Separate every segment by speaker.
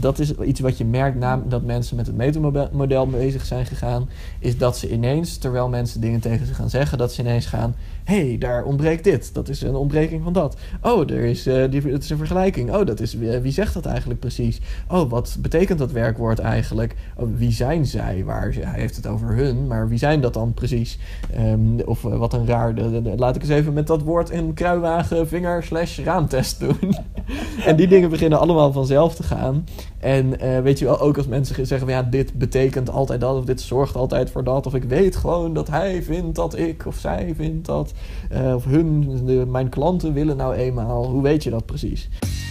Speaker 1: dat is iets wat je merkt dat mensen met het metamodel bezig zijn gegaan. Is dat ze ineens, terwijl mensen dingen tegen ze gaan zeggen, dat ze ineens gaan... Hé, daar ontbreekt dit. Dat is een ontbreking van dat. Oh, het is een vergelijking. Oh, dat is, wie zegt dat eigenlijk precies? Oh, wat betekent dat werkwoord eigenlijk? Oh, wie zijn zij? Hij heeft het over hun, maar wie zijn dat dan precies? Of wat een raar... laat ik eens even met dat woord een kruiwagen vinger/raamtest doen. En die dingen beginnen allemaal vanzelf te gaan. En weet je wel, ook als mensen zeggen... ja, dit betekent altijd dat, of dit zorgt altijd voor dat... of ik weet gewoon dat hij vindt dat ik, of zij vindt dat... of mijn klanten willen nou eenmaal. Hoe weet je dat precies?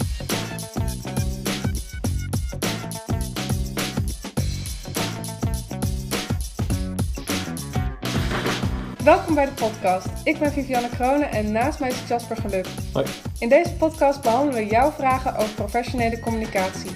Speaker 2: Welkom bij de podcast. Ik ben Vivianne Kroonen en naast mij is Jasper Geluk.
Speaker 1: Hoi.
Speaker 2: In deze podcast behandelen we jouw vragen over professionele communicatie.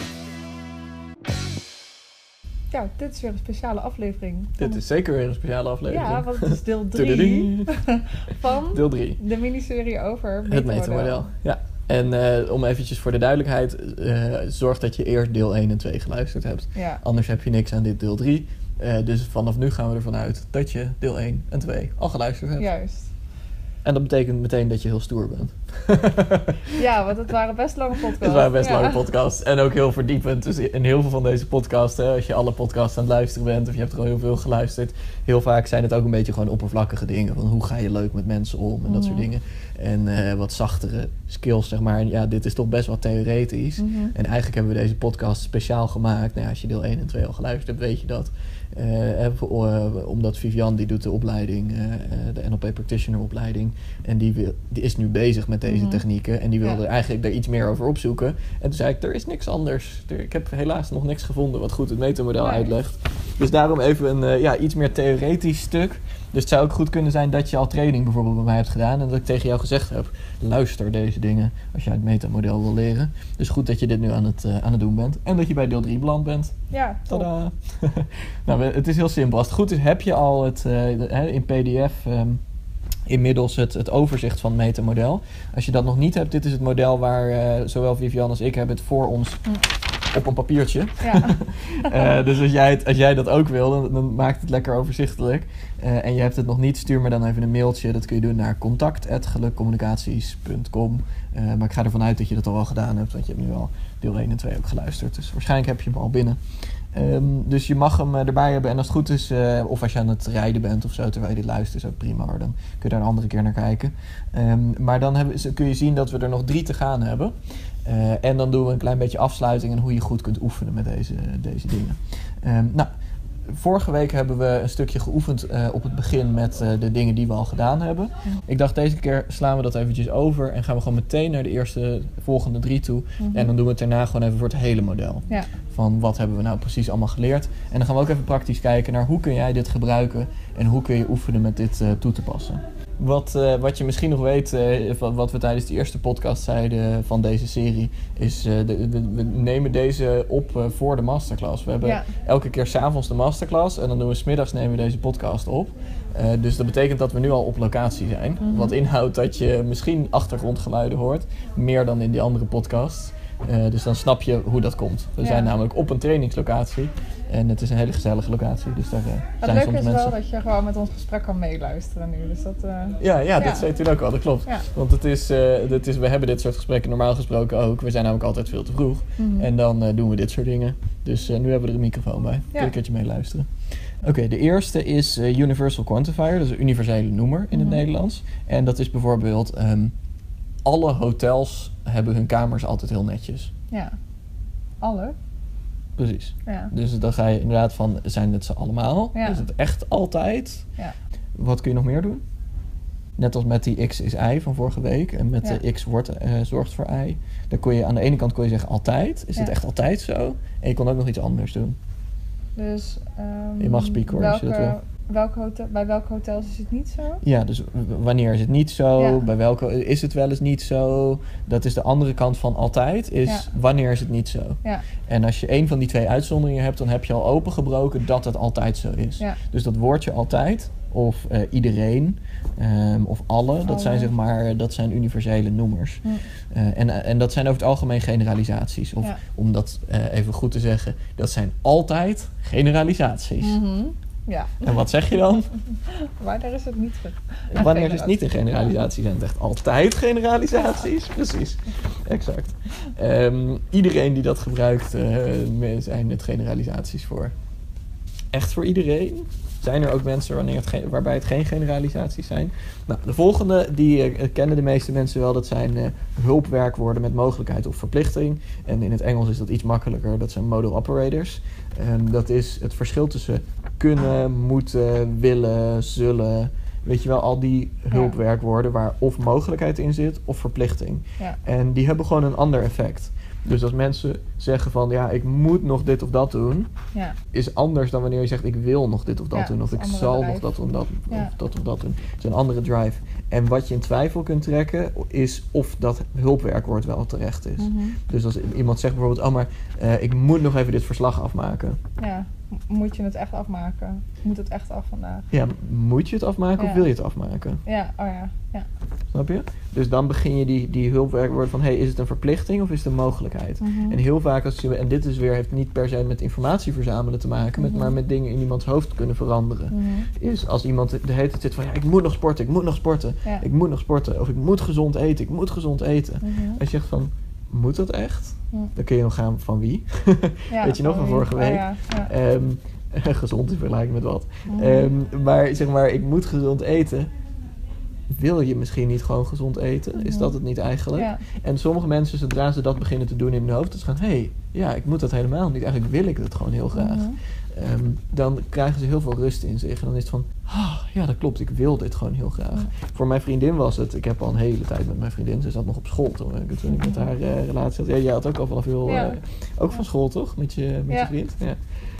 Speaker 2: Ja, dit is weer een speciale aflevering.
Speaker 1: Dit is zeker weer een speciale aflevering.
Speaker 2: Ja, want het is deel 3 van
Speaker 1: deel 3.
Speaker 2: De miniserie over
Speaker 1: het metamodel. Ja. En om eventjes voor de duidelijkheid, zorg dat je eerst deel 1 en 2 geluisterd hebt. Ja. Anders heb je niks aan dit deel 3. Dus vanaf nu gaan we ervan uit dat je deel 1 en 2 al geluisterd hebt.
Speaker 2: Juist.
Speaker 1: En dat betekent meteen dat je heel stoer bent.
Speaker 2: Ja, want het waren best lange podcasts.
Speaker 1: Het waren best lange podcasts. En ook heel verdiepend. Dus in heel veel van deze podcasts, als je alle podcasts aan het luisteren bent... of je hebt er al heel veel geluisterd... heel vaak zijn het ook een beetje gewoon oppervlakkige dingen. Van hoe ga je leuk met mensen om en dat soort dingen. En wat zachtere skills, zeg maar. En ja, dit is toch best wel theoretisch. En eigenlijk hebben we deze podcast speciaal gemaakt. Nou ja, als je deel 1 en 2 al geluisterd hebt, weet je dat. Omdat Vivian die doet de opleiding, de NLP Practitioner opleiding. En die is nu bezig met deze technieken. En die wilde eigenlijk daar iets meer over opzoeken. En toen zei ik, er is niks anders. Ik heb helaas nog niks gevonden wat goed het metamodel uitlegt. Dus daarom even een iets meer theoretisch stuk. Dus het zou ook goed kunnen zijn dat je al training bijvoorbeeld bij mij hebt gedaan. En dat ik tegen jou gezegd heb, luister deze dingen als je het metamodel wil leren. Dus goed dat je dit nu aan het doen bent. En dat je bij deel 3 beland bent.
Speaker 2: Ja, top.
Speaker 1: Tadaa! Nou, het is heel simpel. Als het goed is, heb je al in PDF... inmiddels het overzicht van het metamodel. Als je dat nog niet hebt, dit is het model waar zowel Vivian als ik hebben het voor ons op een papiertje. Ja. Dus als jij dat ook wil, dan maakt het lekker overzichtelijk. En je hebt het nog niet, stuur me dan even een mailtje. Dat kun je doen naar contact@gelukcommunicaties.com. Maar ik ga ervan uit dat je dat al wel gedaan hebt, want je hebt nu al deel 1 en 2 ook geluisterd. Dus waarschijnlijk heb je hem al binnen. Dus je mag hem erbij hebben en als het goed is, of als je aan het rijden bent of zo terwijl je dit luistert, is ook prima hoor. Dan kun je daar een andere keer naar kijken. Maar dan kun je zien dat we er nog 3 te gaan hebben. En dan doen we een klein beetje afsluiting en hoe je goed kunt oefenen met deze dingen. Vorige week hebben we een stukje geoefend op het begin met de dingen die we al gedaan hebben. Ja. Ik dacht deze keer slaan we dat eventjes over en gaan we gewoon meteen naar de volgende 3 toe. En dan doen we het daarna gewoon even voor het hele model. Ja. Van wat hebben we nou precies allemaal geleerd. En dan gaan we ook even praktisch kijken naar hoe kun jij dit gebruiken en hoe kun je oefenen met dit toe te passen. Wat je misschien nog weet, wat we tijdens de eerste podcast zeiden van deze serie, is we nemen deze op voor de masterclass. We hebben elke keer 's avonds de masterclass en dan doen we 's middags nemen we deze podcast op. Dus dat betekent dat we nu al op locatie zijn. Wat inhoudt dat je misschien achtergrondgeluiden hoort, meer dan in die andere podcasts. Dus dan snap je hoe dat komt. We zijn namelijk op een trainingslocatie. En het is een hele gezellige locatie. Dus daar zijn soms mensen. Het leuke is
Speaker 2: wel dat je gewoon met ons gesprek kan meeluisteren nu. Dus dat,
Speaker 1: dat zei toen ook al. Dat klopt. Ja. Want we hebben dit soort gesprekken normaal gesproken ook. We zijn namelijk altijd veel te vroeg. En dan doen we dit soort dingen. Dus nu hebben we er een microfoon bij. Kun je een keertje meeluisteren. Oké, de eerste is Universal Quantifier. Dat is een universele noemer in het Nederlands. En dat is bijvoorbeeld... alle hotels hebben hun kamers altijd heel netjes.
Speaker 2: Ja. Alle?
Speaker 1: Precies. Ja. Dus dan ga je inderdaad van, zijn het ze allemaal? Ja. Is het echt altijd? Ja. Wat kun je nog meer doen? Net als met die X is Y van vorige week. En met de X zorgt voor Y. Dan kon je aan de ene kant je zeggen altijd. Is het echt altijd zo? En je kon ook nog iets anders doen.
Speaker 2: Dus...
Speaker 1: je mag spieken hoor, als je dat wil.
Speaker 2: Bij welke hotels is het niet zo?
Speaker 1: Ja, dus wanneer is het niet zo? Ja. Bij welke is het wel eens niet zo? Dat is de andere kant van altijd, wanneer is het niet zo? Ja. En als je een van die 2 uitzonderingen hebt, dan heb je al opengebroken dat het altijd zo is. Ja. Dus dat woordje altijd, of iedereen of alle. Dat zijn zeg maar, dat zijn universele noemers. En dat zijn over het algemeen generalisaties. Of om dat even goed te zeggen, dat zijn altijd generalisaties.
Speaker 3: Ja.
Speaker 1: En wat zeg je dan?
Speaker 3: Wanneer is het niet
Speaker 1: Wanneer is het niet een generalisatie? Zijn het echt altijd generalisaties? Ja. Precies, exact. Iedereen die dat gebruikt, zijn het generalisaties voor. Echt voor iedereen? Zijn er ook mensen waarbij het geen generalisaties zijn? Nou, de volgende, die kennen de meeste mensen wel. Dat zijn hulpwerkwoorden met mogelijkheid of verplichting. En in het Engels is dat iets makkelijker. Dat zijn modal operators. Dat is het verschil tussen kunnen, moeten, willen, zullen. Weet je wel, al die hulpwerkwoorden waar of mogelijkheid in zit of verplichting. Ja. En die hebben gewoon een ander effect. Dus als mensen zeggen van, ja, ik moet nog dit of dat doen, is anders dan wanneer je zegt, ik wil nog dit of dat doen, of ik zal drive. Nog dat of dat doen. Het is een andere drive. En wat je in twijfel kunt trekken, is of dat hulpwerkwoord wel terecht is. Dus als iemand zegt bijvoorbeeld, oh, maar ik moet nog even dit verslag afmaken.
Speaker 3: Ja, moet je het echt afmaken? Moet het echt af vandaag?
Speaker 1: Ja, moet je het afmaken of wil je het afmaken?
Speaker 3: Ja, ja.
Speaker 1: Snap je? Dus dan begin je die hulpwerkwoorden van, is het een verplichting of is het een mogelijkheid? En heel vaak, en dit is weer, heeft niet per se met informatie verzamelen te maken, maar met dingen in iemands hoofd kunnen veranderen. Is als iemand de hele tijd zit van, ik moet nog sporten, ik moet nog sporten, ik moet nog sporten, of ik moet gezond eten, ik moet gezond eten. Als je zegt van, moet dat echt? Dan kun je nog gaan van wie? Weet je nog van vorige week? Gezond in vergelijking met wat. Maar zeg maar, ik moet gezond eten. Wil je misschien niet gewoon gezond eten? Is dat het niet eigenlijk? Ja. En sommige mensen, zodra ze dat beginnen te doen in hun hoofd, dus gaan, ik moet dat helemaal niet. Eigenlijk wil ik het gewoon heel graag. Dan krijgen ze heel veel rust in zich. En dan is het van, ja, dat klopt, ik wil dit gewoon heel graag. Voor mijn vriendin was het, ik heb al een hele tijd met mijn vriendin, ze zat nog op school toen ik met haar relatie had. Ja, jij had ook al vanaf heel, ook van school toch? Met je vriend? Ja.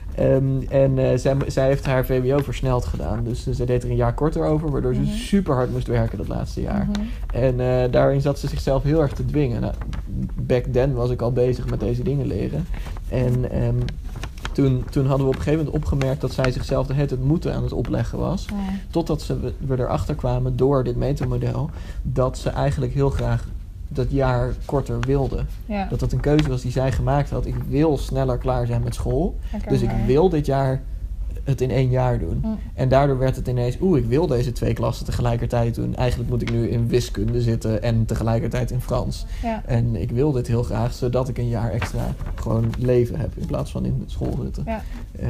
Speaker 1: Zij heeft haar VWO versneld gedaan. Dus zij deed er een jaar korter over, waardoor ze super hard moest werken dat laatste jaar. En daarin zat ze zichzelf heel erg te dwingen. Nou, back then was ik al bezig met deze dingen leren. En toen hadden we op een gegeven moment opgemerkt dat zij zichzelf de hele tijd moeten aan het opleggen was. Totdat we erachter kwamen door dit metamodel dat ze eigenlijk heel graag dat jaar korter wilde. Ja. Dat een keuze was die zij gemaakt had. Ik wil sneller klaar zijn met school. Dus ik wil dit jaar het in 1 jaar doen. En daardoor werd het ineens, ik wil deze 2 klassen tegelijkertijd doen. Eigenlijk moet ik nu in wiskunde zitten en tegelijkertijd in Frans. Ja. En ik wil dit heel graag, zodat ik een jaar extra gewoon leven heb in plaats van in school zitten. Ja.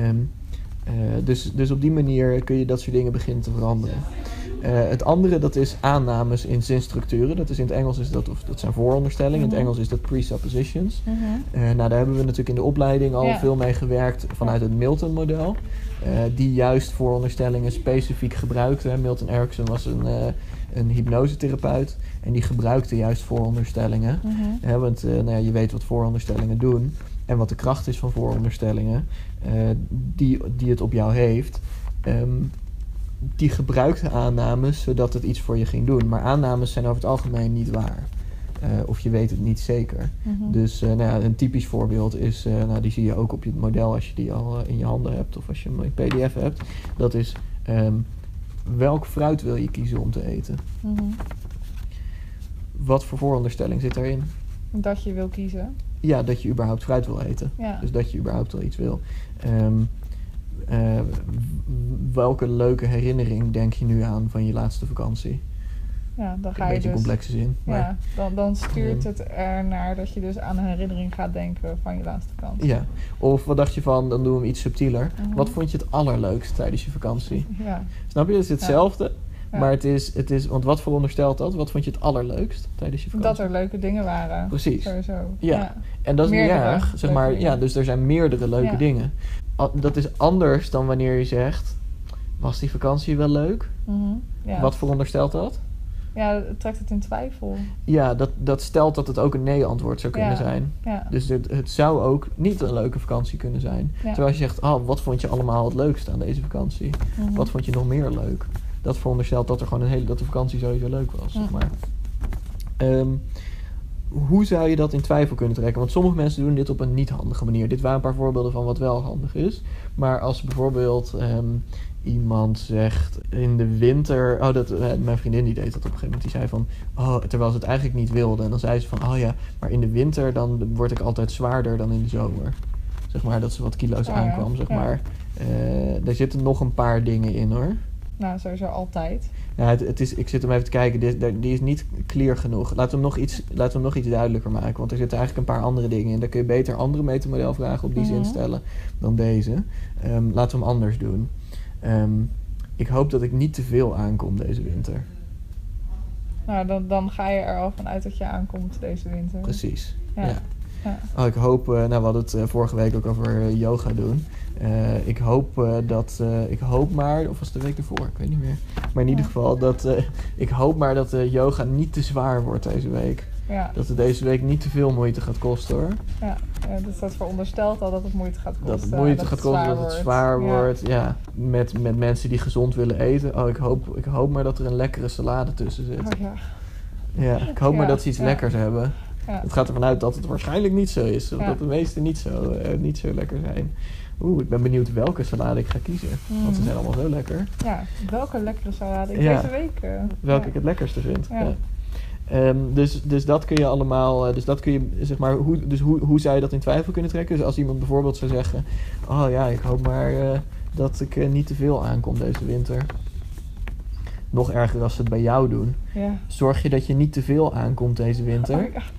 Speaker 1: Dus op die manier kun je dat soort dingen beginnen te veranderen. Het andere, dat is aannames in zinstructuren. Dat is in het Engels dat zijn vooronderstellingen. In het Engels is dat presuppositions. Daar hebben we natuurlijk in de opleiding al veel mee gewerkt vanuit het Milton-model. Die juist vooronderstellingen specifiek gebruikte. Milton Erickson was een hypnosetherapeut. En die gebruikte juist vooronderstellingen. Want je weet wat vooronderstellingen doen. En wat de kracht is van vooronderstellingen. Die het op jou heeft. Die gebruikte aannames zodat het iets voor je ging doen. Maar aannames zijn over het algemeen niet waar. Of je weet het niet zeker. Dus een typisch voorbeeld is, die zie je ook op je model als je die al in je handen hebt. Of als je hem in PDF hebt. Dat is, welk fruit wil je kiezen om te eten? Wat voor vooronderstelling zit daarin?
Speaker 3: Dat je wil kiezen.
Speaker 1: Ja, dat je überhaupt fruit wil eten. Ja. Dus dat je überhaupt wel iets wil. Welke leuke herinnering denk je nu aan van je laatste vakantie?
Speaker 3: Ja, dan ga
Speaker 1: een
Speaker 3: je
Speaker 1: beetje
Speaker 3: dus,
Speaker 1: complexe zin. Maar,
Speaker 3: dan stuurt het ernaar dat je dus aan een herinnering gaat denken van je laatste vakantie.
Speaker 1: Ja, of wat dacht je van, dan doen we hem iets subtieler. Wat vond je het allerleukst tijdens je vakantie? Ja. Snap je? Het is hetzelfde. Ja. Maar het is, want wat veronderstelt dat? Wat vond je het allerleukst tijdens je vakantie?
Speaker 3: Dat er leuke dingen waren.
Speaker 1: Precies.
Speaker 3: Sowieso.
Speaker 1: Ja. En dat is niet erg, zeg maar. Ja, dus er zijn meerdere leuke dingen. Dat is anders dan wanneer je zegt, was die vakantie wel leuk? Ja. Wat veronderstelt dat?
Speaker 3: Ja, trekt het in twijfel.
Speaker 1: Ja, dat stelt dat het ook een nee-antwoord zou kunnen zijn. Ja. Dus het zou ook niet een leuke vakantie kunnen zijn. Ja. Terwijl je zegt, wat vond je allemaal het leukste aan deze vakantie? Wat vond je nog meer leuk? Dat veronderstelt dat er gewoon dat de vakantie sowieso leuk was, zeg maar. hoe zou je dat in twijfel kunnen trekken? Want sommige mensen doen dit op een niet handige manier. Dit waren een paar voorbeelden van wat wel handig is. Maar als bijvoorbeeld iemand zegt in de winter... mijn vriendin die deed dat op een gegeven moment. Die zei van, terwijl ze het eigenlijk niet wilde. En dan zei ze van, maar in de winter dan word ik altijd zwaarder dan in de zomer. Zeg maar, dat ze wat kilo's aankwam, zeg maar. Er zitten nog een paar dingen in, hoor.
Speaker 3: Nou, sowieso altijd.
Speaker 1: Ja, ik zit hem even te kijken. Die is niet clear genoeg. Laten we hem nog iets duidelijker maken. Want er zitten eigenlijk een paar andere dingen in. Daar kun je beter andere metamodel-vragen op die zin stellen dan deze. Laten we hem anders doen. Ik hoop dat ik niet te veel aankom deze winter.
Speaker 3: Nou, dan ga je er al vanuit dat je aankomt deze winter.
Speaker 1: Precies,
Speaker 3: ja.
Speaker 1: Oh, ik hoop... we hadden het vorige week ook over yoga doen. Ik hoop maar... Of was het de week ervoor? Ik weet niet meer. Maar in ieder geval, ik hoop maar dat yoga niet te zwaar wordt deze week.
Speaker 3: Ja.
Speaker 1: Dat het deze week niet te veel moeite gaat kosten, hoor.
Speaker 3: Ja, dus dat veronderstelt al dat het moeite gaat kosten.
Speaker 1: Dat het moeite gaat kosten, dat het zwaar wordt. Ja, met mensen die gezond willen eten. Oh, ik hoop maar dat er een lekkere salade tussen zit.
Speaker 3: Oh, ja.
Speaker 1: Ja, ik hoop maar dat ze iets lekkers hebben.
Speaker 3: Ja.
Speaker 1: Het gaat ervan uit dat het waarschijnlijk niet zo is. Of dat de meeste niet zo lekker zijn. Ik ben benieuwd welke salade ik ga kiezen. Want ze zijn allemaal zo lekker.
Speaker 3: Ja, welke lekkere salade ik deze week...
Speaker 1: welke ik het lekkerste vind. Ja. Dus dat kun je allemaal... Dus dat kun je, zeg maar... Hoe zou je dat in twijfel kunnen trekken? Dus als iemand bijvoorbeeld zou zeggen... ik hoop maar dat ik niet te veel aankom deze winter. Nog erger als ze het bij jou doen.
Speaker 3: Ja.
Speaker 1: Zorg je dat je niet te veel aankomt deze winter.
Speaker 3: Oh, ja.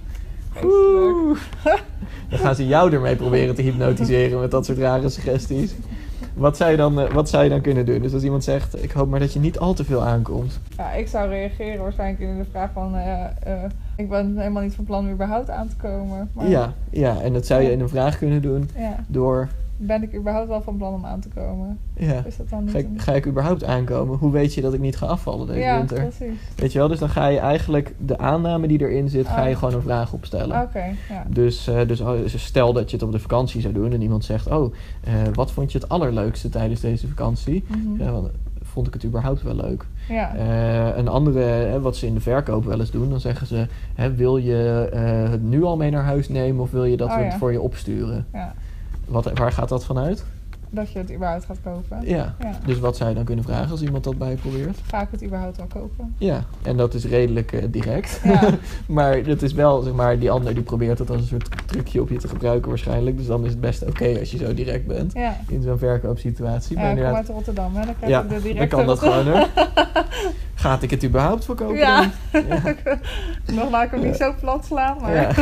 Speaker 1: Dan gaan ze jou ermee proberen te hypnotiseren met dat soort rare suggesties. Wat zou je dan kunnen doen? Dus als iemand zegt, ik hoop maar dat je niet al te veel aankomt.
Speaker 3: Ja, ik zou reageren waarschijnlijk in de vraag van... ik ben helemaal niet van plan om überhaupt aan te komen. Maar...
Speaker 1: Ja, en dat zou je in een vraag kunnen doen door...
Speaker 3: Ben ik überhaupt wel van plan om aan te komen?
Speaker 1: Ja.
Speaker 3: Is dat dan niet
Speaker 1: ga ik überhaupt aankomen? Hoe weet je dat ik niet ga afvallen deze winter?
Speaker 3: Ja, precies.
Speaker 1: Weet je wel, dus dan ga je eigenlijk de aanname die erin zit, ga je gewoon een vraag opstellen.
Speaker 3: Oké, ja.
Speaker 1: Dus stel dat je het op de vakantie zou doen en iemand zegt... wat vond je het allerleukste tijdens deze vakantie? Vond ik het überhaupt wel leuk?
Speaker 3: Ja.
Speaker 1: Een andere, wat ze in de verkoop wel eens doen, dan zeggen ze... wil je het nu al mee naar huis nemen of wil je dat we het voor je opsturen?
Speaker 3: Ja.
Speaker 1: Waar gaat dat vanuit?
Speaker 3: Dat je het überhaupt gaat kopen.
Speaker 1: Ja. Dus wat zou je dan kunnen vragen als iemand dat bij je probeert?
Speaker 3: Ga ik het überhaupt wel kopen?
Speaker 1: Ja, en dat is redelijk direct.
Speaker 3: Ja.
Speaker 1: Maar het is wel, zeg maar, die ander die probeert het als een soort trucje op je te gebruiken waarschijnlijk. Dus dan is het best oké als je zo direct bent in zo'n verkoopsituatie.
Speaker 3: Ja, ik kom uit Rotterdam, hè. Dan krijg je de directe...
Speaker 1: dan kan dat gewoon, hoor. Gaat ik het überhaupt verkopen?
Speaker 3: Ja. Nog laat ik hem niet zo plat slaan, maar... Ja.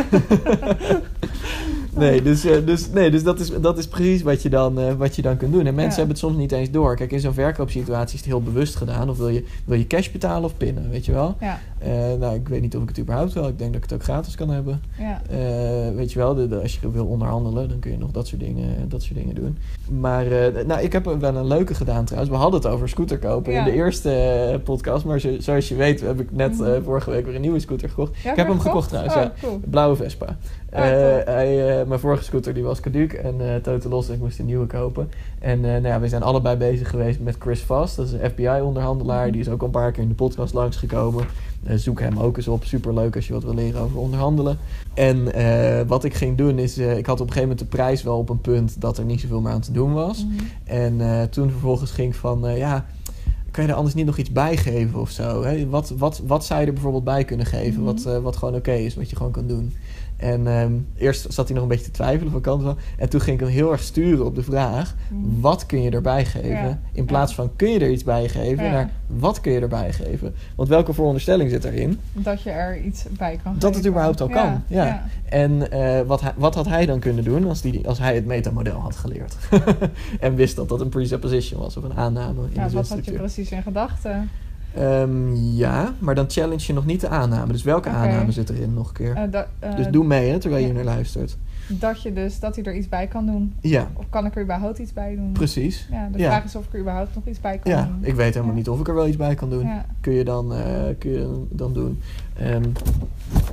Speaker 1: Dus dat is precies wat je dan kunt doen. En mensen hebben het soms niet eens door. Kijk, in zo'n verkoopsituatie is het heel bewust gedaan. Of wil je cash betalen of pinnen, weet je wel? Ja. Ik weet niet of ik het überhaupt wil. Ik denk dat ik het ook gratis kan hebben. Ja. Weet je wel, als je wil onderhandelen, dan kun je nog dat soort dingen doen. Maar ik heb wel een leuke gedaan trouwens. We hadden het over scooter kopen in de eerste podcast. Maar zoals je weet heb ik net vorige week weer een nieuwe scooter gekocht. Ja, ik heb hem gekocht trouwens, cool. Blauwe Vespa. Mijn vorige scooter die was caduc en totaal los en ik moest een nieuwe kopen. En we zijn allebei bezig geweest met Chris Vast. Dat is een FBI-onderhandelaar. Die is ook al een paar keer in de podcast langsgekomen. Zoek hem ook eens op. Superleuk als je wat wil leren over onderhandelen. En wat ik ging doen is... ik had op een gegeven moment de prijs wel op een punt dat er niet zoveel meer aan te doen was. En toen vervolgens ging ik van... kan je er anders niet nog iets bij geven of zo? Hè? Wat zou je er bijvoorbeeld bij kunnen geven? Wat gewoon oké is, wat je gewoon kan doen. En eerst zat hij nog een beetje te twijfelen van kant van. En toen ging ik hem heel erg sturen op de vraag... wat kun je erbij geven? Ja. In plaats van kun je er iets bij geven... naar wat kun je erbij geven? Want welke veronderstelling zit erin?
Speaker 3: Dat je er iets bij kan geven.
Speaker 1: Dat het überhaupt al kan. Ja. En wat had hij dan kunnen doen... als hij het metamodel had geleerd? En wist dat een presupposition was of een aanname.
Speaker 3: Wat had je precies in gedachten?
Speaker 1: Maar dan challenge je nog niet de aanname. Dus welke aanname zit erin nog een keer? Dus doe mee, terwijl je naar luistert.
Speaker 3: Dat hij er iets bij kan doen. Ja. Of kan ik er überhaupt iets bij doen?
Speaker 1: Precies.
Speaker 3: Ja, de vraag is of ik er überhaupt nog iets bij kan doen.
Speaker 1: Ik weet helemaal niet of ik er wel iets bij kan doen. Ja. Kun je dan doen.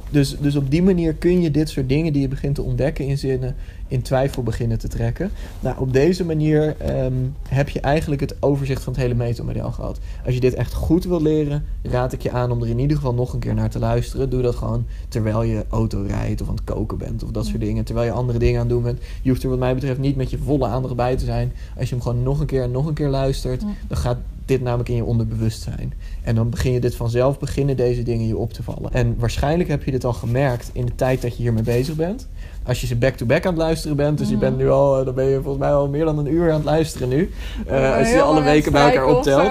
Speaker 1: Dus op die manier kun je dit soort dingen die je begint te ontdekken in zinnen in twijfel beginnen te trekken. Nou, op deze manier heb je eigenlijk het overzicht van het hele metamodel gehad. Als je dit echt goed wil leren, raad ik je aan om er in ieder geval nog een keer naar te luisteren. Doe dat gewoon terwijl je auto rijdt of aan het koken bent of dat soort dingen. Terwijl je andere dingen aan het doen bent. Je hoeft er wat mij betreft niet met je volle aandacht bij te zijn. Als je hem gewoon nog een keer luistert, dan gaat dit namelijk in je onderbewustzijn. En dan beginnen deze dingen je op te vallen. En waarschijnlijk heb je dit al gemerkt in de tijd dat je hiermee bezig bent. Als je ze back-to-back aan het luisteren bent, dus je bent nu al, dan ben je volgens mij al meer dan een uur aan het luisteren nu. Als je alle weken bij elkaar optelt.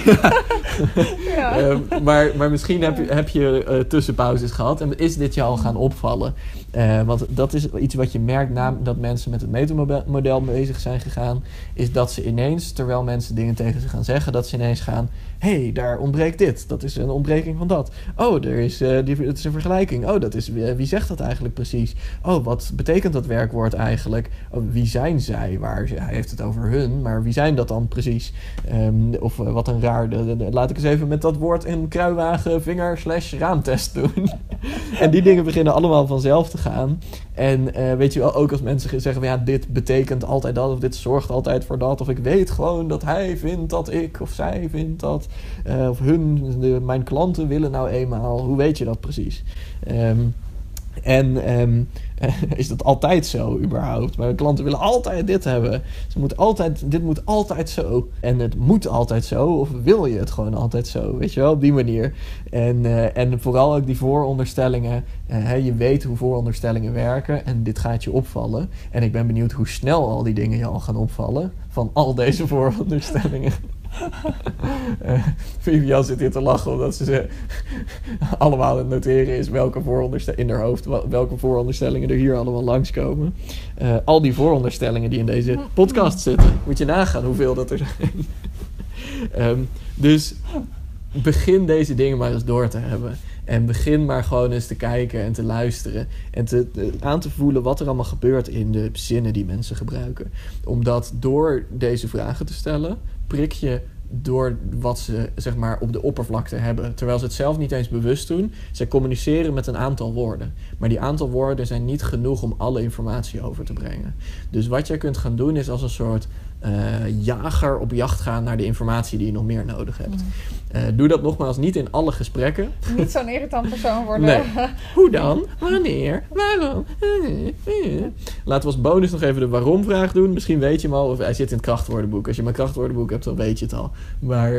Speaker 1: Ja. Maar misschien heb je tussenpauzes gehad en is dit je al gaan opvallen. Want dat is iets wat je merkt nadat mensen met het metamodel bezig zijn gegaan, is dat ze ineens, terwijl mensen dingen tegen ze gaan zeggen, dat ze ineens gaan, hé, daar ontbreekt dit. Dat is een ontbreking van dat. Oh, het is een vergelijking. Oh, dat is, wie zegt dat eigenlijk precies? Oh, wat betekent dat werkwoord eigenlijk? Oh, wie zijn zij? Hij heeft het over hun, maar wie zijn dat dan precies? Of wat een raar, laat ik eens even met dat woord een kruiwagen vinger/raamtest doen. En die dingen beginnen allemaal vanzelf te gaan. En weet je wel, ook als mensen zeggen van, ja, dit betekent altijd dat, of dit zorgt altijd voor dat, of ik weet gewoon dat hij vindt dat ik, of zij vindt dat, of mijn klanten willen nou eenmaal. Hoe weet je dat precies? Is dat altijd zo überhaupt? Maar de klanten willen altijd dit hebben. Dit moet altijd zo. En het moet altijd zo. Of wil je het gewoon altijd zo? Weet je wel, op die manier. En vooral ook die vooronderstellingen. Je weet hoe vooronderstellingen werken. En dit gaat je opvallen. En ik ben benieuwd hoe snel al die dingen je al gaan opvallen. Van al deze vooronderstellingen. Vivian zit hier te lachen omdat ze allemaal aan het noteren is welke vooronderstellingen in haar hoofd, welke vooronderstellingen er hier allemaal langskomen. Al die vooronderstellingen die in deze podcast zitten, moet je nagaan hoeveel dat er zijn. Dus begin deze dingen maar eens door te hebben. En begin maar gewoon eens te kijken en te luisteren. En aan te voelen wat er allemaal gebeurt in de zinnen die mensen gebruiken. Omdat door deze vragen te stellen, prik je door wat ze zeg maar op de oppervlakte hebben. Terwijl ze het zelf niet eens bewust doen. Zij communiceren met een aantal woorden. Maar die aantal woorden zijn niet genoeg om alle informatie over te brengen. Dus wat jij kunt gaan doen is als een soort jager op jacht gaan naar de informatie die je nog meer nodig hebt. Doe dat nogmaals niet in alle gesprekken. Niet
Speaker 3: zo'n irritant persoon worden.
Speaker 1: Nee. Hoe dan? Wanneer? Waarom? Laten we als bonus nog even de waarom-vraag doen. Misschien weet je hem al, of hij zit in het krachtwoordenboek. Als je mijn krachtwoordenboek hebt, dan weet je het al. Maar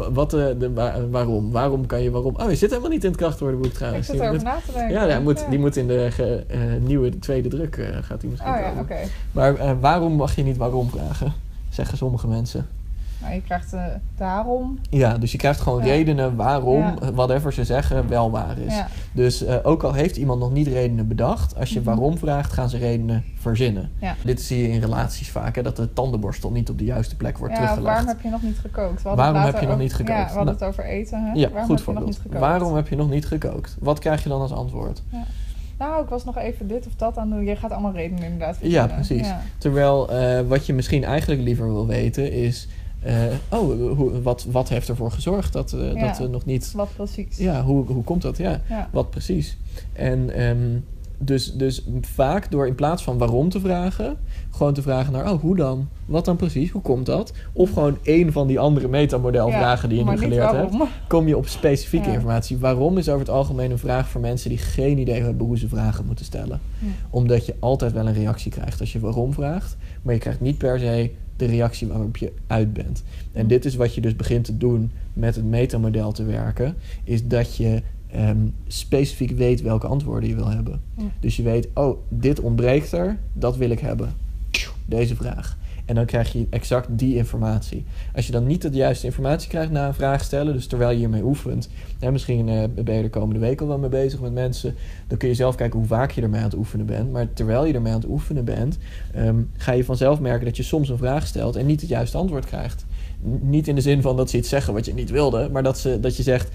Speaker 1: waarom? Waarom kan je waarom? Oh, je zit helemaal niet in het krachtwoordenboek trouwens.
Speaker 3: Ik zit erover na te denken.
Speaker 1: Ja, die moet in de nieuwe tweede druk gaat die misschien komen.
Speaker 3: Okay.
Speaker 1: Maar waarom mag je niet waarom vragen? Zeggen sommige mensen.
Speaker 3: Nou, je krijgt daarom.
Speaker 1: Ja, dus je krijgt gewoon redenen waarom whatever ze zeggen wel waar is. Ja. Dus ook al heeft iemand nog niet redenen bedacht, als je waarom vraagt, gaan ze redenen verzinnen. Ja. Dit zie je in relaties vaak, hè, dat de tandenborstel niet op de juiste plek wordt teruggelegd.
Speaker 3: Waarom heb je nog niet gekookt?
Speaker 1: Waarom heb je nog niet gekookt?
Speaker 3: Ja, we hadden het over eten. Hè?
Speaker 1: Ja,
Speaker 3: waarom
Speaker 1: goed
Speaker 3: heb je nog niet gekookt?
Speaker 1: Waarom heb je nog niet gekookt? Wat krijg je dan als antwoord? Ja.
Speaker 3: Nou, ik was nog even dit of dat aan doen. Je gaat allemaal redenen inderdaad vertellen.
Speaker 1: Ja, precies. Ja. Terwijl wat je misschien eigenlijk liever wil weten is, wat heeft ervoor gezorgd dat we nog niet...
Speaker 3: Wat precies.
Speaker 1: Ja, hoe komt dat? Ja, wat precies. En dus vaak door in plaats van waarom te vragen, gewoon te vragen naar, hoe dan? Wat dan precies? Hoe komt dat? Of gewoon één van die andere metamodelvragen die je nu geleerd hebt, kom je op specifieke informatie. Waarom is over het algemeen een vraag voor mensen die geen idee hebben hoe ze vragen moeten stellen. Ja. Omdat je altijd wel een reactie krijgt als je waarom vraagt, maar je krijgt niet per se de reactie waarop je uit bent. En dit is wat je dus begint te doen met het metamodel te werken, is dat je specifiek weet welke antwoorden je wil hebben. Ja. Dus je weet, dit ontbreekt er, dat wil ik hebben. Deze vraag. En dan krijg je exact die informatie. Als je dan niet de juiste informatie krijgt na een vraag stellen, dus terwijl je hiermee oefent, misschien ben je de komende week al wel mee bezig met mensen, dan kun je zelf kijken hoe vaak je ermee aan het oefenen bent. Maar terwijl je ermee aan het oefenen bent, ga je vanzelf merken dat je soms een vraag stelt en niet het juiste antwoord krijgt. Niet in de zin van dat ze iets zeggen wat je niet wilde, maar dat je zegt,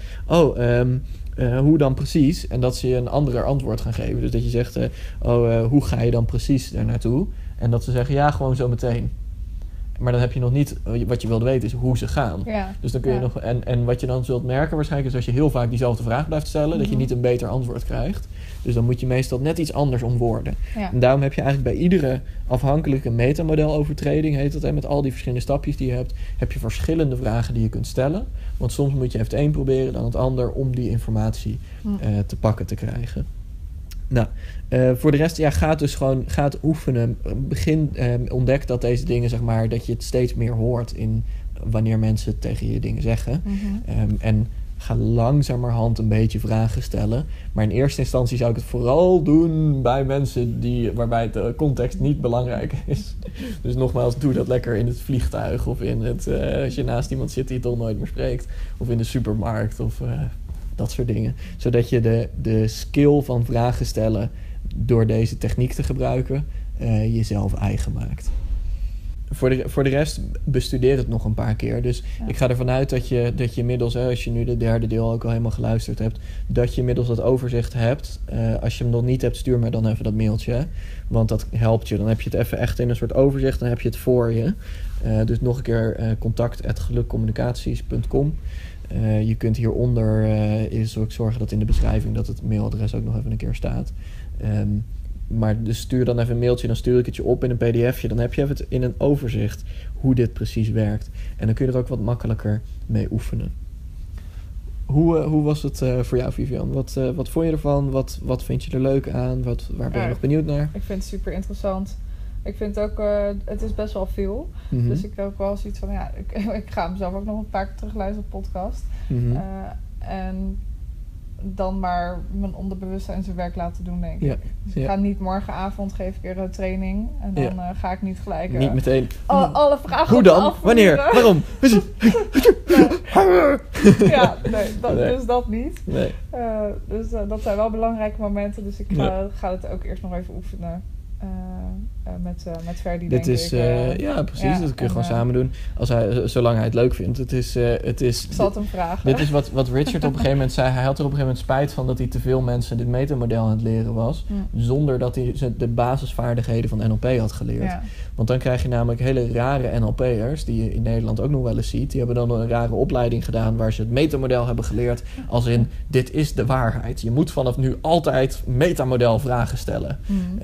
Speaker 1: hoe dan precies? En dat ze je een ander antwoord gaan geven. Dus dat je zegt, hoe ga je dan precies daar naartoe? En dat ze zeggen, ja, gewoon zo meteen. Maar dan heb je nog niet, wat je wilde weten is hoe ze gaan.
Speaker 3: Ja.
Speaker 1: Dus dan kun je nog, en wat je dan zult merken waarschijnlijk is als je heel vaak diezelfde vraag blijft stellen, dat je niet een beter antwoord krijgt. Dus dan moet je meestal net iets anders omwoorden.
Speaker 3: Ja.
Speaker 1: En daarom heb je eigenlijk bij iedere afhankelijke metamodelovertreding, heet dat, met al die verschillende stapjes die je hebt, heb je verschillende vragen die je kunt stellen. Want soms moet je even het een proberen, dan het ander, om die informatie te pakken te krijgen. Nou, voor de rest, ga het oefenen. Ontdek dat deze dingen, zeg maar, dat je het steeds meer hoort in wanneer mensen tegen je dingen zeggen. En ga langzamerhand een beetje vragen stellen. Maar in eerste instantie zou ik het vooral doen bij mensen waarbij de context niet belangrijk is. Dus nogmaals, doe dat lekker in het vliegtuig of in het, als je naast iemand zit die het toch nooit meer spreekt. Of in de supermarkt of dat soort dingen. Zodat je de skill van vragen stellen door deze techniek te gebruiken jezelf eigen maakt. Voor de rest bestudeer het nog een paar keer. Dus ik ga ervan uit dat je inmiddels, als je nu de derde deel ook al helemaal geluisterd hebt, dat je inmiddels dat overzicht hebt. Als je hem nog niet hebt, stuur me dan even dat mailtje. Want dat helpt je. Dan heb je het even echt in een soort overzicht. Dan heb je het voor je. Dus nog een keer contact@gelukcommunicaties.com. Je kunt hieronder is ook zorgen dat in de beschrijving dat het mailadres ook nog even een keer staat. Maar dus stuur dan even een mailtje, dan stuur ik het je op in een pdfje. Dan heb je even het in een overzicht hoe dit precies werkt. En dan kun je er ook wat makkelijker mee oefenen. Hoe was het voor jou, Vivian? Wat vond je ervan? Wat vind je er leuk aan? Waar ben je nog benieuwd naar?
Speaker 3: Ik vind het super interessant. Ik vind ook, het is best wel veel. Dus ik heb ook wel zoiets van, ik ga mezelf ook nog een paar keer terugluisteren op podcast. En dan maar mijn onderbewustzijn zijn werk laten doen, denk ik. Dus ik ga niet morgenavond geef ik weer een training. En dan ga ik niet gelijk
Speaker 1: niet meteen
Speaker 3: alle vragen
Speaker 1: hoe dan? Wanneer? Waarom?
Speaker 3: Dus dat niet.
Speaker 1: Nee.
Speaker 3: Dus dat zijn wel belangrijke momenten. Dus ik ga het ook eerst nog even oefenen. Met Ferdy, denk ik.
Speaker 1: Precies. Dat kun je gewoon samen doen. Zolang hij het leuk vindt. Het is
Speaker 3: ik zal het hem vragen.
Speaker 1: Dit is wat Richard op een gegeven moment zei. Hij had er op een gegeven moment spijt van dat hij te veel mensen dit metamodel aan het leren was. Zonder dat hij de basisvaardigheden van NLP had geleerd. Ja. Want dan krijg je namelijk hele rare NLP'ers, die je in Nederland ook nog wel eens ziet. Die hebben dan een rare opleiding gedaan waar ze het metamodel hebben geleerd. Als in, dit is de waarheid. Je moet vanaf nu altijd metamodel vragen stellen.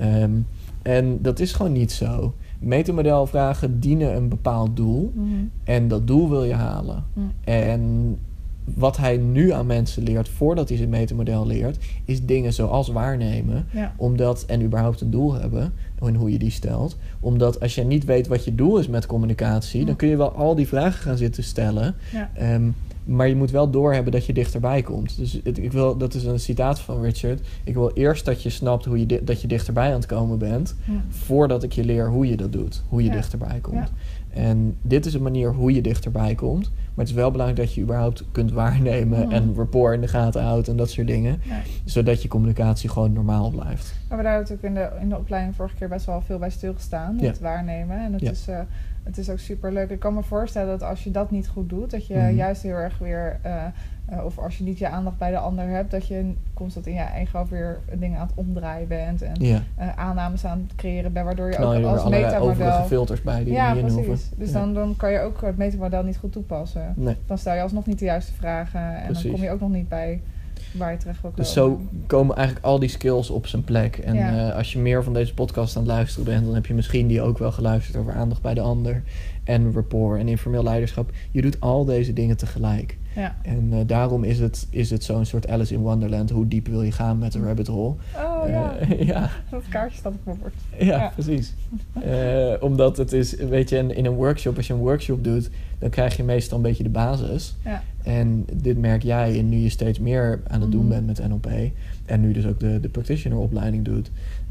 Speaker 1: En dat is gewoon niet zo. Metamodelvragen dienen een bepaald doel. En dat doel wil je halen. En wat hij nu aan mensen leert voordat hij zijn metamodel leert, is dingen zoals waarnemen. En überhaupt een doel hebben en hoe je die stelt. Omdat als je niet weet wat je doel is met communicatie, dan kun je wel al die vragen gaan zitten stellen. Maar je moet wel doorhebben dat je dichterbij komt. Dus dat is een citaat van Richard. Ik wil eerst dat je snapt dat je dichterbij aan het komen bent, voordat ik je leer hoe je dat doet. Hoe je dichterbij komt. En dit is een manier hoe je dichterbij komt. Maar het is wel belangrijk dat je überhaupt kunt waarnemen en rapport in de gaten houdt en dat soort dingen. Zodat je communicatie gewoon normaal blijft.
Speaker 3: Maar we daar natuurlijk in de opleiding vorige keer best wel veel bij stilgestaan. Het waarnemen. En het is ook super leuk. Ik kan me voorstellen dat als je dat niet goed doet, dat je juist heel erg weer, of als je niet je aandacht bij de ander hebt, dat je constant in je eigen hoofd weer dingen aan het omdraaien bent en aannames aan het creëren bent, waardoor je ook als metamodel
Speaker 1: overige filters bij die je niet hoeven.
Speaker 3: Dus dan kan je ook het metamodel niet goed toepassen.
Speaker 1: Nee.
Speaker 3: Dan stel je alsnog niet de juiste vragen en dan kom je ook nog niet bij waar je terecht wil komen.
Speaker 1: Dus zo komen eigenlijk al die skills op zijn plek. En als je meer van deze podcast aan het luisteren bent, dan heb je misschien die ook wel geluisterd over aandacht bij de ander en rapport en informeel leiderschap. Je doet al deze dingen tegelijk.
Speaker 3: Ja.
Speaker 1: En daarom is het zo'n soort Alice in Wonderland. Hoe diep wil je gaan met de rabbit hole?
Speaker 3: Oh ja. Dat kaartje staat op mijn bord.
Speaker 1: Ja, precies. Omdat het is, weet je, in een workshop, als je een workshop doet, dan krijg je meestal een beetje de basis. Ja. En dit merk jij nu je steeds meer aan het doen bent met NLP. En nu dus ook de practitioner opleiding doet.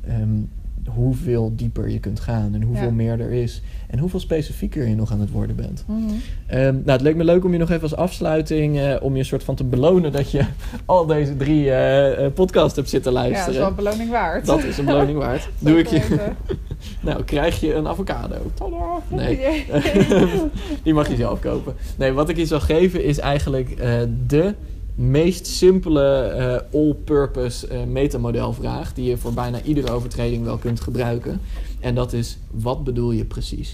Speaker 1: Hoeveel dieper je kunt gaan en hoeveel meer er is. En hoeveel specifieker je nog aan het worden bent. Het leek me leuk om je nog even als afsluiting, om je een soort van te belonen dat je al deze 3 podcasts hebt zitten luisteren.
Speaker 3: Ja, dat is wel een beloning waard.
Speaker 1: Dat is een beloning waard. Doe ik je. Nou, krijg je een avocado. Tada! Nee, die mag je zelf kopen. Nee, wat ik je zal geven is eigenlijk de meest simpele all-purpose metamodelvraag die je voor bijna iedere overtreding wel kunt gebruiken. En dat is, wat bedoel je precies?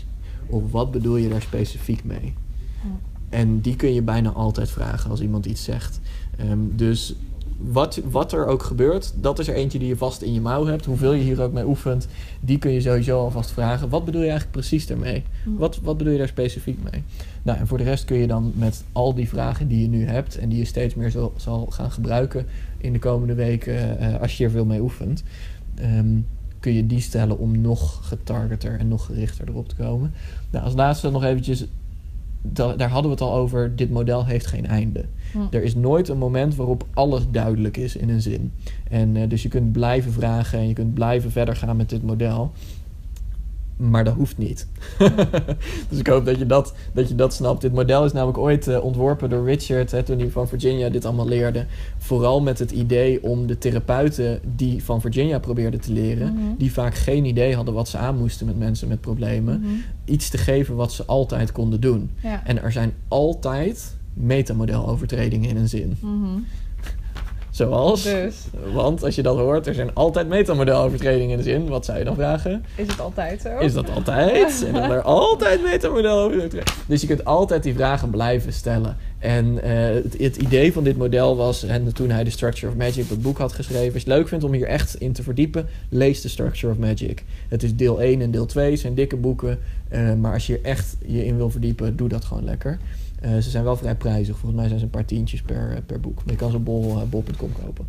Speaker 1: Of wat bedoel je daar specifiek mee? En die kun je bijna altijd vragen als iemand iets zegt. Dus wat er ook gebeurt, dat is er eentje die je vast in je mouw hebt. Hoeveel je hier ook mee oefent, die kun je sowieso alvast vragen. Wat bedoel je eigenlijk precies daarmee? Wat bedoel je daar specifiek mee? Nou, en voor de rest kun je dan met al die vragen die je nu hebt en die je steeds meer zal gaan gebruiken in de komende weken, als je hier veel mee oefent, kun je die stellen om nog getargeter en nog gerichter erop te komen. Nou, als laatste nog eventjes, daar hadden we het al over, dit model heeft geen einde. Er is nooit een moment waarop alles duidelijk is in een zin. En dus je kunt blijven vragen en je kunt blijven verder gaan met dit model. Maar dat hoeft niet. Dus ik hoop dat je dat snapt. Dit model is namelijk ooit ontworpen door Richard, toen hij van Virginia dit allemaal leerde. Vooral met het idee om de therapeuten die van Virginia probeerden te leren, die vaak geen idee hadden wat ze aan moesten met mensen met problemen, iets te geven wat ze altijd konden doen. Ja. En er zijn altijd metamodelovertredingen in een zin. Zoals, want als je dat hoort, er zijn altijd metamodelovertredingen in de zin. Wat zou je dan vragen?
Speaker 3: Is het altijd zo?
Speaker 1: Is dat altijd? En dan er altijd metamodelovertredingen. Dus je kunt altijd die vragen blijven stellen. En het idee van dit model was, en toen hij The Structure of Magic, dat boek had geschreven, als je het leuk vindt om hier echt in te verdiepen, lees The Structure of Magic. Het is deel 1 en deel 2, zijn dikke boeken. Maar als je hier echt je in wil verdiepen, doe dat gewoon lekker. Ze zijn wel vrij prijzig. Volgens mij zijn ze een paar tientjes per boek. Maar je kan ze op bol.com kopen.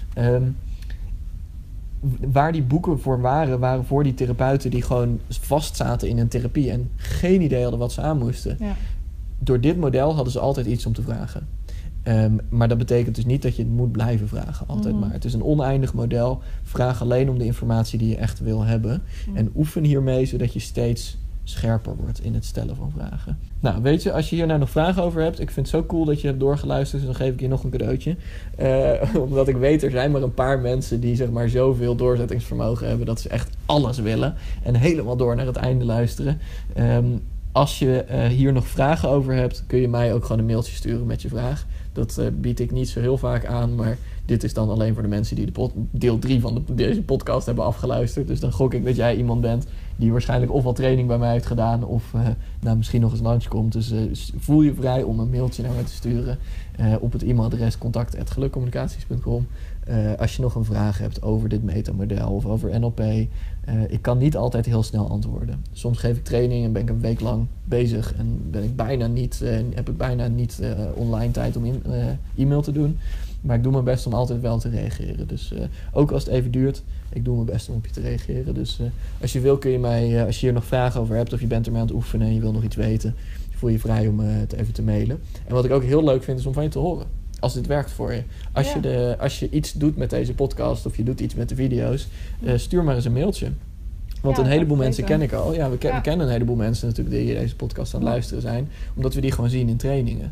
Speaker 1: Waar die boeken voor waren voor die therapeuten die gewoon vastzaten in een therapie en geen idee hadden wat ze aan moesten. Ja. Door dit model hadden ze altijd iets om te vragen. Maar dat betekent dus niet dat je het moet blijven vragen. Altijd maar. Het is een oneindig model. Vraag alleen om de informatie die je echt wil hebben. En oefen hiermee zodat je steeds scherper wordt in het stellen van vragen. Nou, weet je, als je hier nou nog vragen over hebt, ik vind het zo cool dat je hebt doorgeluisterd, dus dan geef ik je nog een cadeautje. Omdat ik weet, er zijn maar een paar mensen die zeg maar zoveel doorzettingsvermogen hebben dat ze echt alles willen en helemaal door naar het einde luisteren. Als je hier nog vragen over hebt, kun je mij ook gewoon een mailtje sturen met je vraag. Dat bied ik niet zo heel vaak aan, maar dit is dan alleen voor de mensen die deel 3 van deze podcast hebben afgeluisterd. Dus dan gok ik dat jij iemand bent die waarschijnlijk of al training bij mij heeft gedaan of misschien nog eens langskomt. Dus voel je vrij om een mailtje naar mij te sturen op het e-mailadres contact@gelukcommunicaties.com. Als je nog een vraag hebt over dit metamodel of over NLP. Ik kan niet altijd heel snel antwoorden. Soms geef ik training en ben ik een week lang bezig en heb ik bijna niet online tijd om e-mail te doen. Maar ik doe mijn best om altijd wel te reageren. Dus ook als het even duurt, ik doe mijn best om op je te reageren. Dus als je wil kun je mij, als je hier nog vragen over hebt of je bent ermee aan het oefenen en je wil nog iets weten, voel je vrij om het even te mailen. En wat ik ook heel leuk vind is om van je te horen. Als dit werkt voor je. Als je iets doet met deze podcast of je doet iets met de video's, stuur maar eens een mailtje. Want een heleboel mensen ken ik al. Ja, we kennen een heleboel mensen natuurlijk die deze podcast aan het luisteren zijn. Omdat we die gewoon zien in trainingen.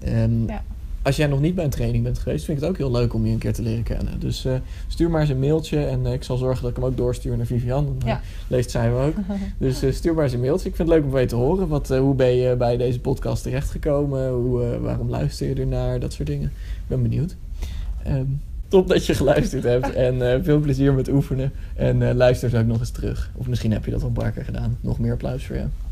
Speaker 1: Als jij nog niet bij een training bent geweest, vind ik het ook heel leuk om je een keer te leren kennen. Dus stuur maar eens een mailtje en ik zal zorgen dat ik hem ook doorstuur naar Vivian. Dan leest zij hem ook. Dus stuur maar eens een mailtje. Ik vind het leuk om van je te horen. Hoe ben je bij deze podcast terechtgekomen? Waarom luister je ernaar? Dat soort dingen. Ik ben benieuwd. Top dat je geluisterd hebt en veel plezier met oefenen. En luister ze ook nog eens terug. Of misschien heb je dat al een paar keer gedaan. Nog meer applaus voor jou.